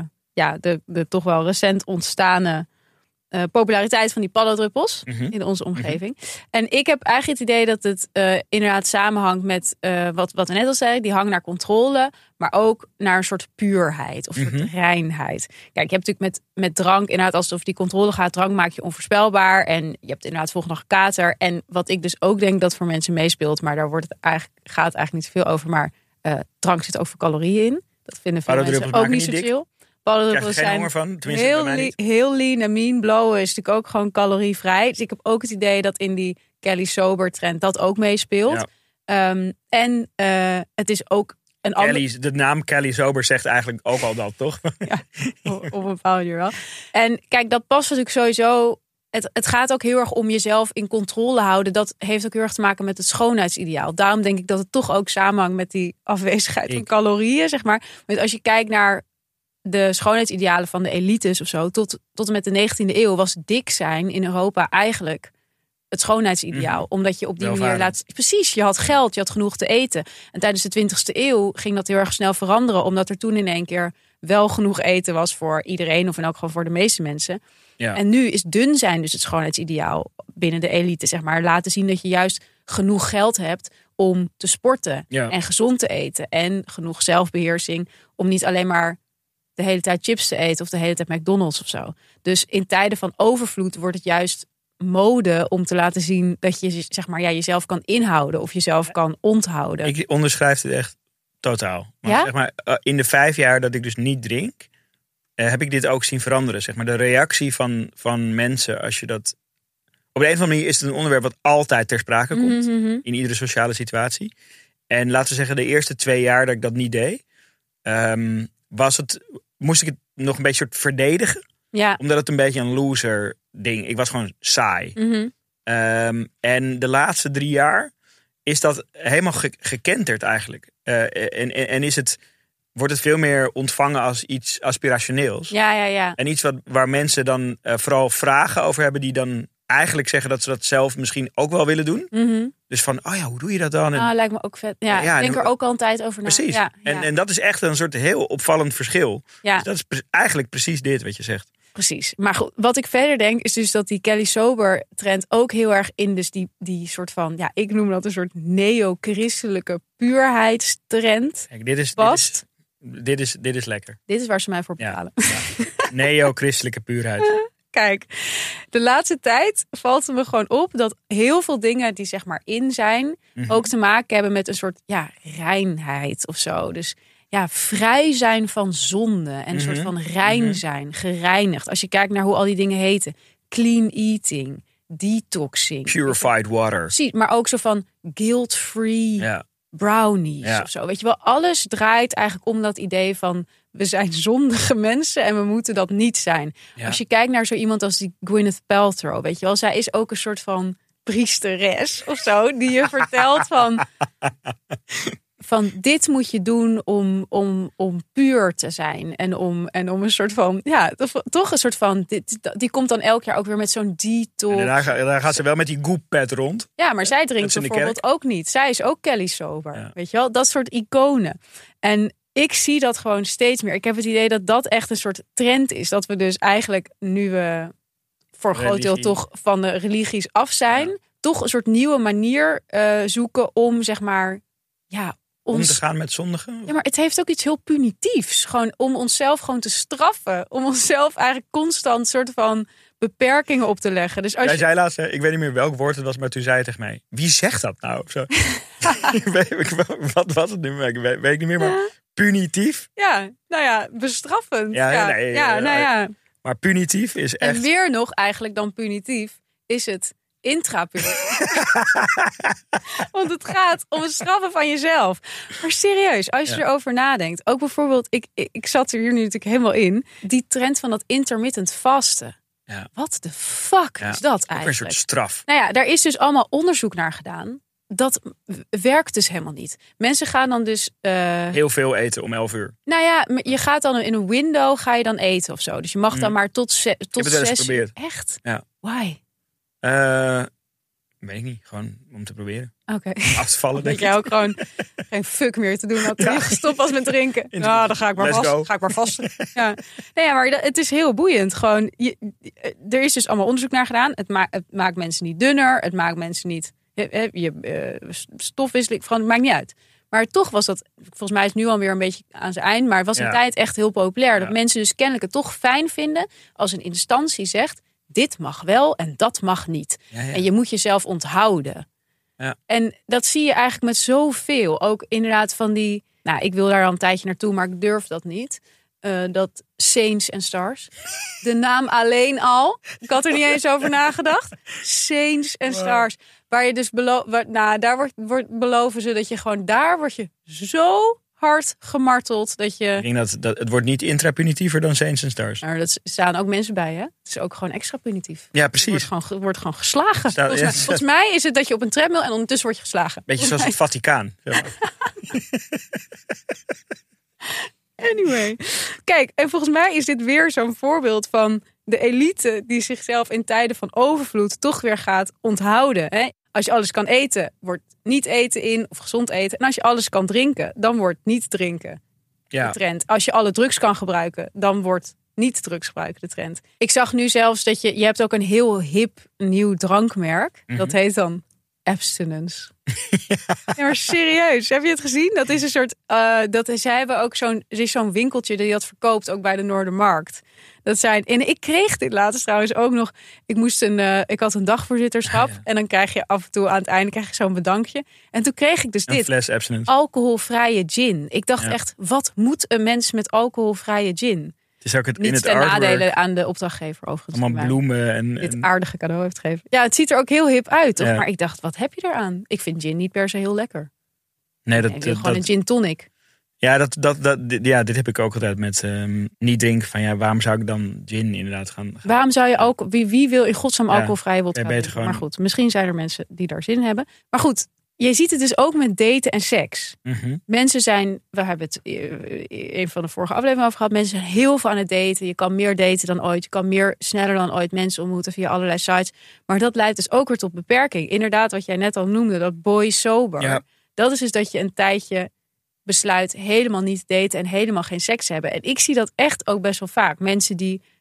de toch wel recent ontstane populariteit van die paddodruppels in onze omgeving. En ik heb eigenlijk het idee dat het inderdaad samenhangt met wat we net al zeiden. Die hang naar controle, maar ook naar een soort puurheid of een soort reinheid. Kijk, je hebt natuurlijk met drank inderdaad, alsof die controle gaat, drank maak je onvoorspelbaar. En je hebt inderdaad volgende dag kater. En wat ik dus ook denk dat voor mensen meespeelt, maar daar gaat het eigenlijk niet zoveel over. Maar drank zit ook voor calorieën in. Dat vinden veel mensen ook niet zo chill. Paddodruppels zijn heel lean en mean. Blowen is natuurlijk ook gewoon calorievrij. Dus ik heb ook het idee dat in die Cali sober trend dat ook meespeelt. Ja. Het is ook een ander... De naam Cali sober zegt eigenlijk ook al dat, toch? Ja, op een bepaalde manier wel. En kijk, dat past natuurlijk sowieso. Het gaat ook heel erg om jezelf in controle houden. Dat heeft ook heel erg te maken met het schoonheidsideaal. Daarom denk ik dat het toch ook samenhangt met die afwezigheid van calorieën, zeg maar. Want als je kijkt naar de schoonheidsidealen van de elites of zo, tot en met de 19e eeuw was dik zijn in Europa eigenlijk het schoonheidsideaal. Omdat je op die manier precies, je had geld, je had genoeg te eten. En tijdens de 20e eeuw ging dat heel erg snel veranderen, omdat er toen in één keer wel genoeg eten was voor iedereen, of in elk geval voor de meeste mensen. Ja. En nu is dun zijn dus het schoonheidsideaal binnen de elite, zeg maar. Laten zien dat je juist genoeg geld hebt om te sporten en gezond te eten. En genoeg zelfbeheersing om niet alleen maar de hele tijd chips te eten of de hele tijd McDonald's of zo. Dus in tijden van overvloed wordt het juist mode om te laten zien dat je, zeg maar, jezelf kan inhouden of jezelf kan onthouden. Ik onderschrijf het echt totaal. Maar, zeg maar, in de 5 jaar dat ik dus niet drink, heb ik dit ook zien veranderen. Zeg maar, de reactie van mensen als je dat... Op de een of andere manier is het een onderwerp wat altijd ter sprake komt. In iedere sociale situatie. En laten we zeggen, de eerste 2 jaar dat ik dat niet deed, moest ik het nog een beetje soort verdedigen. Ja. Omdat het een beetje een loser ding. Ik was gewoon saai. En de laatste 3 jaar is dat helemaal gekenterd eigenlijk. En wordt het veel meer ontvangen als iets aspirationeels. Ja. En iets waar mensen dan vooral vragen over hebben, die dan eigenlijk zeggen dat ze dat zelf misschien ook wel willen doen. Dus van, hoe doe je dat dan? Lijkt me ook vet. Ja, ik denk er ook al een tijd over na. Precies. En dat is echt een soort heel opvallend verschil. Ja. Dus dat is eigenlijk precies dit wat je zegt. Precies. Maar goed, wat ik verder denk is dus dat die Kelly Sober trend ook heel erg in dus die soort van, ja, ik noem dat een soort neo-christelijke puurheidstrend. Kijk, dit is lekker. Dit is waar ze mij voor betalen. Ja. Neo-christelijke puurheid. Kijk, de laatste tijd valt het me gewoon op dat heel veel dingen die zeg maar in zijn, ook te maken hebben met een soort reinheid of zo. Dus ja, vrij zijn van zonde en een soort van rein zijn, gereinigd. Als je kijkt naar hoe al die dingen heten. Clean eating, detoxing. Purified water. Precies, maar ook zo van guilt-free brownies of zo. Weet je wel, alles draait eigenlijk om dat idee van we zijn zondige mensen en we moeten dat niet zijn. Ja. Als je kijkt naar zo iemand als die Gwyneth Paltrow, weet je wel, zij is ook een soort van priesteres of zo, die je vertelt van dit moet je doen om puur te zijn. En om een soort van, toch een soort van, die komt dan elk jaar ook weer met zo'n detox. En daar gaat ze wel met die goop-pad rond. Ja, maar zij drinkt bijvoorbeeld ook niet. Zij is ook Kelly Sober. Ja. Weet je wel, dat soort iconen. En ik zie dat gewoon steeds meer. Ik heb het idee dat dat echt een soort trend is. Dat we dus eigenlijk, nu we voor een groot deel toch van de religies af zijn, toch een soort nieuwe manier zoeken om, zeg maar, om te gaan met zondigen? Ja, maar het heeft ook iets heel punitiefs. Gewoon om onszelf gewoon te straffen. Om onszelf eigenlijk constant soort van beperkingen op te leggen. Dus als jij zei laatst, ik weet niet meer welk woord het was, maar toen zei je tegen mij, wie zegt dat nou? Zo. Wat was het nu? Weet ik niet meer, maar punitief? Ja, nou ja, bestraffend. Maar punitief is echt... En weer nog eigenlijk dan punitief is het intrapunitief. Want het gaat om het straffen van jezelf. Maar serieus, als je erover nadenkt. Ook bijvoorbeeld, ik zat er hier nu natuurlijk helemaal in. Die trend van dat intermittent vasten. Ja. Wat de fuck is dat eigenlijk? Een soort straf. Nou ja, daar is dus allemaal onderzoek naar gedaan. Dat werkt dus helemaal niet. Mensen gaan dan dus... heel veel eten om 11 uur. Nou ja, je gaat dan in een window ga je dan eten of zo. Dus je mag dan maar tot 6 uur. Echt? Ja. Why? Weet ik niet. Gewoon om te proberen. Oké. Af te vallen, denk ik. Dat jij ook gewoon geen fuck meer te doen had. Toen je gestopt was met drinken. Nou, dan ga ik maar vasten. Ja. Nee, maar het is heel boeiend. Gewoon, er is dus allemaal onderzoek naar gedaan. Het maakt mensen niet dunner. Het maakt mensen niet... stofwisseling, het maakt niet uit. Maar toch was dat, volgens mij is het nu alweer een beetje aan zijn eind, maar het was een tijd echt heel populair. Dat mensen dus kennelijk het toch fijn vinden als een instantie zegt, dit mag wel en dat mag niet. Ja. En je moet jezelf onthouden. Ja. En dat zie je eigenlijk met zoveel. Ook inderdaad van die, ik wil daar al een tijdje naartoe, maar ik durf dat niet. Dat Saints and Stars. De naam alleen al. Ik had er niet eens over nagedacht. Saints and Stars. Waar je dus daar beloven ze dat je gewoon, daar word je zo hard gemarteld dat je... Ik denk dat het wordt niet intrapunitiever dan Saints and Stars. Maar dat staan ook mensen bij, hè? Het is ook gewoon extra punitief. Ja, precies. Wordt gewoon geslagen. Volgens mij is het dat je op een treadmill en ondertussen word je geslagen. Beetje zoals het Vaticaan. Anyway. Kijk, en volgens mij is dit weer zo'n voorbeeld van de elite die zichzelf in tijden van overvloed toch weer gaat onthouden. Hè? Als je alles kan eten, wordt niet eten in of gezond eten. En als je alles kan drinken, dan wordt niet drinken de trend. Als je alle drugs kan gebruiken, dan wordt niet drugs gebruiken de trend. Ik zag nu zelfs dat je hebt ook een heel hip nieuw drankmerk. Dat heet dan abstinence. Ja, maar serieus, heb je het gezien? Dat is een soort, zij hebben ook zo'n winkeltje die dat verkoopt, ook bij de Noordermarkt. En ik kreeg dit laatst trouwens ook nog. Ik had een dagvoorzitterschap en dan krijg je af en toe aan het einde zo'n bedankje. En toen kreeg ik dus een fles abstinence. Alcoholvrije gin. Ik dacht echt, wat moet een mens met alcoholvrije gin? Het is ook het niet in het ten nadelen aan de opdrachtgever overigens. Allemaal bloemen en dit aardige cadeau heeft gegeven. Ja, het ziet er ook heel hip uit, toch? Ja. Maar ik dacht, wat heb je eraan? Ik vind gin niet per se heel lekker. Nee, ik wil gewoon een gin tonic. Ja, dit heb ik ook altijd met niet drinken van waarom zou ik dan gin inderdaad gaan. Waarom zou je ook wie wil in godsnaam alcoholvrij wodka drinken? Maar goed, misschien zijn er mensen die daar zin hebben. Maar goed, je ziet het dus ook met daten en seks. Mensen zijn, we hebben het een van de vorige afleveringen over gehad, mensen zijn heel veel aan het daten. Je kan meer daten dan ooit. Je kan meer sneller dan ooit mensen ontmoeten via allerlei sites. Maar dat leidt dus ook weer tot beperking. Inderdaad, wat jij net al noemde, dat boy sober. Ja. Dat is dus dat je een tijdje besluit helemaal niet te daten en helemaal geen seks hebben. En ik zie dat echt ook best wel vaak. Mensen die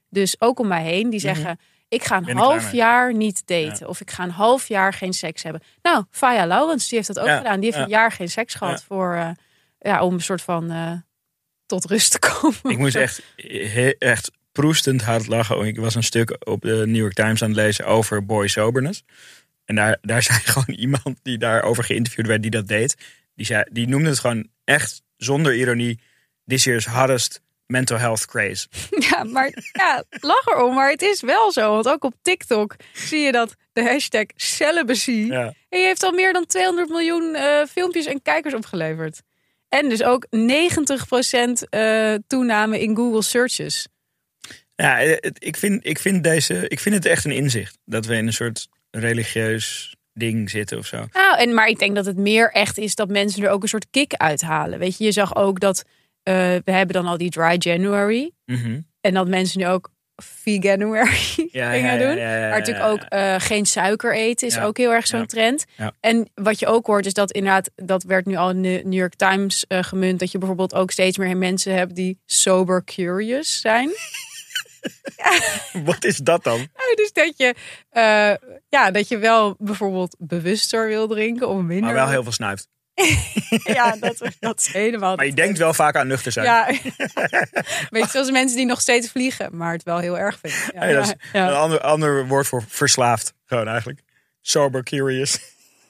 dus ook om mij heen, die zeggen... Ik ga een half jaar niet daten. Ja. Of ik ga een half jaar geen seks hebben. Nou, Faya Laurens, die heeft dat ook gedaan. Die heeft een jaar geen seks gehad voor... om een soort van tot rust te komen. Ik moest echt proestend hard lachen. Ik was een stuk op de New York Times aan het lezen over boy soberness. En daar zei gewoon iemand die daarover geïnterviewd werd die dat deed. Die noemde het gewoon echt zonder ironie... This year's hottest mental health craze. Ja, maar lach erom. Maar het is wel zo. Want ook op TikTok zie je dat de hashtag celibacy... Ja. En je heeft al meer dan 200 miljoen filmpjes en kijkers opgeleverd. En dus ook 90% toename in Google searches. Ja, ik vind het echt een inzicht. Dat we in een soort religieus ding zitten of zo. Nou, maar ik denk dat het meer echt is dat mensen er ook een soort kick uithalen. Weet je, je zag ook dat we hebben dan al die dry January. Mm-hmm. En dat mensen nu ook veganuary dingen doen. Maar natuurlijk ook geen suiker eten is ook heel erg zo'n trend. Ja. En wat je ook hoort is dat inderdaad, dat werd nu al in de New York Times gemunt, dat je bijvoorbeeld ook steeds meer mensen hebt die sober curious zijn. Wat is dat dan? Dus dat je, dat je wel bijvoorbeeld bewuster wil drinken of minder. Maar wel heel veel snuift. Ja, dat is helemaal... Maar je denkt wel vaak aan nuchter zijn. Ja. Weet je, zoals mensen die nog steeds vliegen, maar het wel heel erg vinden. Dat is een ander woord voor verslaafd. Gewoon eigenlijk. Sober curious.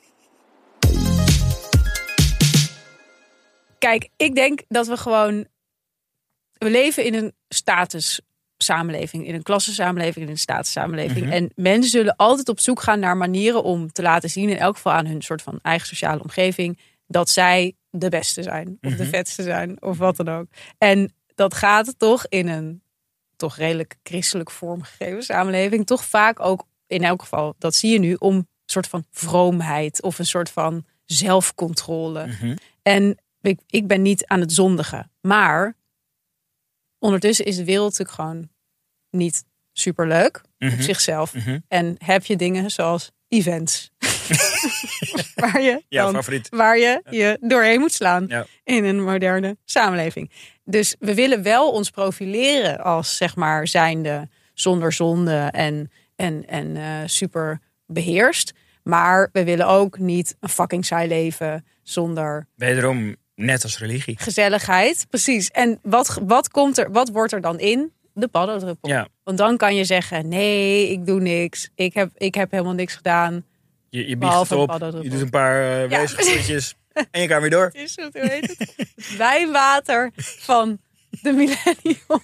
Kijk, ik denk dat we leven in een statussamenleving, in een klassensamenleving, in een statussamenleving. Mm-hmm. En mensen zullen altijd op zoek gaan naar manieren om te laten zien, in elk geval aan hun soort van eigen sociale omgeving, dat zij de beste zijn. Of de vetste zijn. Of wat dan ook. En dat gaat toch in een toch redelijk christelijk vormgegeven samenleving. Toch vaak ook, in elk geval, dat zie je nu, om een soort van vroomheid. Of een soort van zelfcontrole. Mm-hmm. En ik ben niet aan het zondigen. Maar ondertussen is de wereld natuurlijk gewoon niet superleuk. Mm-hmm. Op zichzelf. Mm-hmm. En heb je dingen zoals events. waar je je doorheen moet slaan in een moderne samenleving. Dus we willen wel ons profileren als, zeg maar, zijnde zonder zonde en super beheerst. Maar we willen ook niet een fucking saai leven zonder... Wederom net als religie. Gezelligheid, precies. En wat wordt er dan in? De paddendruppel. Ja. Want dan kan je zeggen, nee, ik doe niks. Ik heb helemaal niks gedaan. Je biegt het op, je doet een paar weesgevoetjes en je kan weer door. Het is hoe heet het? Het wijnwater van de millennial.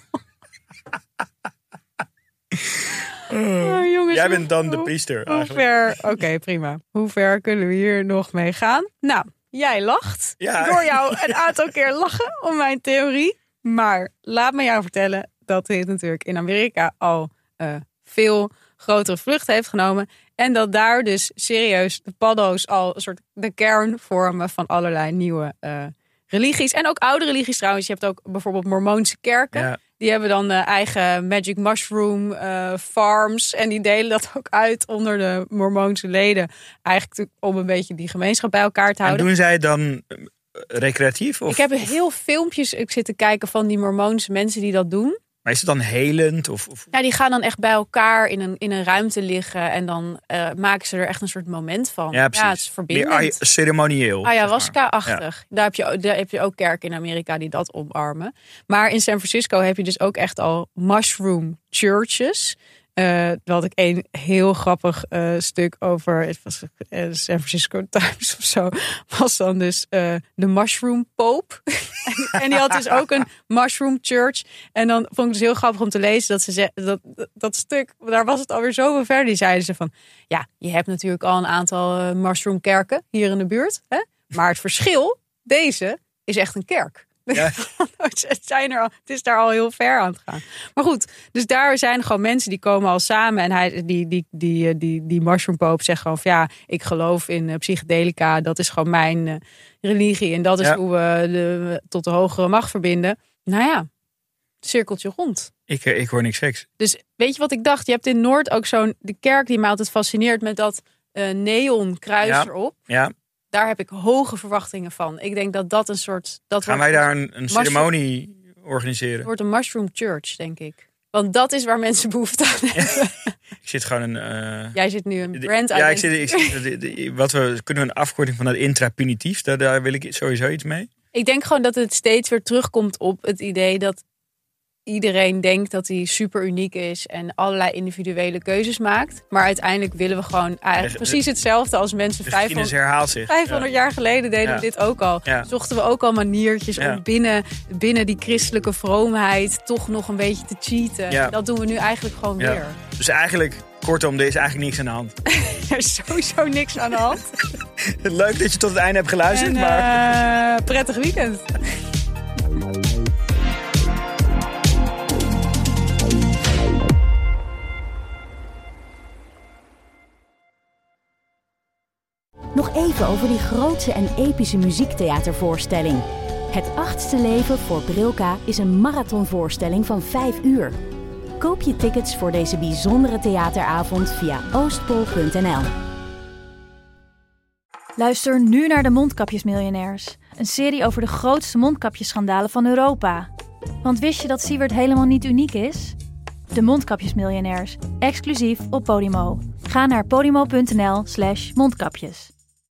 Jongens, jij bent dan de priester eigenlijk. Oké, prima. Hoe ver kunnen we hier nog mee gaan? Nou, jij lacht. Ja. Ik hoor jou een aantal keer lachen om mijn theorie. Maar laat me jou vertellen dat dit natuurlijk in Amerika al veel grotere vlucht heeft genomen. En dat daar dus serieus de paddo's al een soort de kern vormen van allerlei nieuwe religies. En ook oude religies trouwens. Je hebt ook bijvoorbeeld Mormoonse kerken. Ja. Die hebben dan eigen magic mushroom farms. En die delen dat ook uit onder de Mormoonse leden. Eigenlijk om een beetje die gemeenschap bij elkaar te houden. En doen zij dan recreatief? Of, ik heb heel filmpjes zitten kijken van die Mormoonse mensen die dat doen. Maar is het dan helend? Of? Ja, die gaan dan echt bij elkaar in een ruimte liggen. En dan maken ze er echt een soort moment van. Ja, precies. Ja, het is verbindend. Meer ceremonieel. Ayahuasca-achtig. Ja. Daar heb je ook kerken in Amerika die dat omarmen. Maar in San Francisco heb je dus ook echt al mushroom churches. Daar had ik een heel grappig stuk over. Het was San Francisco Times of zo. Was dan dus de Mushroom Pope. En die had dus ook een Mushroom Church. En dan vond ik het dus heel grappig om te lezen dat ze dat stuk, daar was het alweer zo ver. Die zeiden ze van, ja, je hebt natuurlijk al een aantal Mushroom kerken hier in de buurt. Hè? Maar het verschil, deze is echt een kerk. Ja. Het is daar al heel ver aan het gaan. Maar goed, dus daar zijn gewoon mensen die komen al samen. En die Mushroom Pope zegt gewoon van ja, ik geloof in psychedelica. Dat is gewoon mijn religie. En dat is hoe we tot de hogere macht verbinden. Nou ja, cirkeltje rond. Ik hoor niks geks. Dus weet je wat ik dacht? Je hebt in Noord ook de kerk die mij altijd fascineert met dat neonkruis erop. Ja. Daar heb ik hoge verwachtingen van. Ik denk dat een soort... Gaan wij daar een ceremonie organiseren? Het wordt een mushroom church, denk ik. Want dat is waar mensen behoefte aan hebben. Ik zit gewoon een... Jij zit nu een brand Ja, kunnen we een afkorting van dat intrapunitief? Daar wil ik sowieso iets mee. Ik denk gewoon dat het steeds weer terugkomt op het idee dat iedereen denkt dat hij super uniek is en allerlei individuele keuzes maakt. Maar uiteindelijk willen we gewoon eigenlijk precies hetzelfde als mensen 500 jaar geleden deden we dit ook al. Ja. Zochten we ook al maniertjes om binnen die christelijke vroomheid toch nog een beetje te cheaten. Ja. Dat doen we nu eigenlijk gewoon weer. Dus eigenlijk, kortom, er is eigenlijk niks aan de hand. Er is sowieso niks aan de hand. Leuk dat je tot het einde hebt geluisterd. Maar prettig weekend. Nog even over die grootse en epische muziektheatervoorstelling. Het 8e leven voor Brilka is een marathonvoorstelling van 5 uur. Koop je tickets voor deze bijzondere theateravond via oostpol.nl. Luister nu naar de Mondkapjesmiljonairs. Een serie over de grootste mondkapjesschandalen van Europa. Want wist je dat Siewert helemaal niet uniek is? De Mondkapjesmiljonairs, exclusief op Podimo. Ga naar podimo.nl/mondkapjes.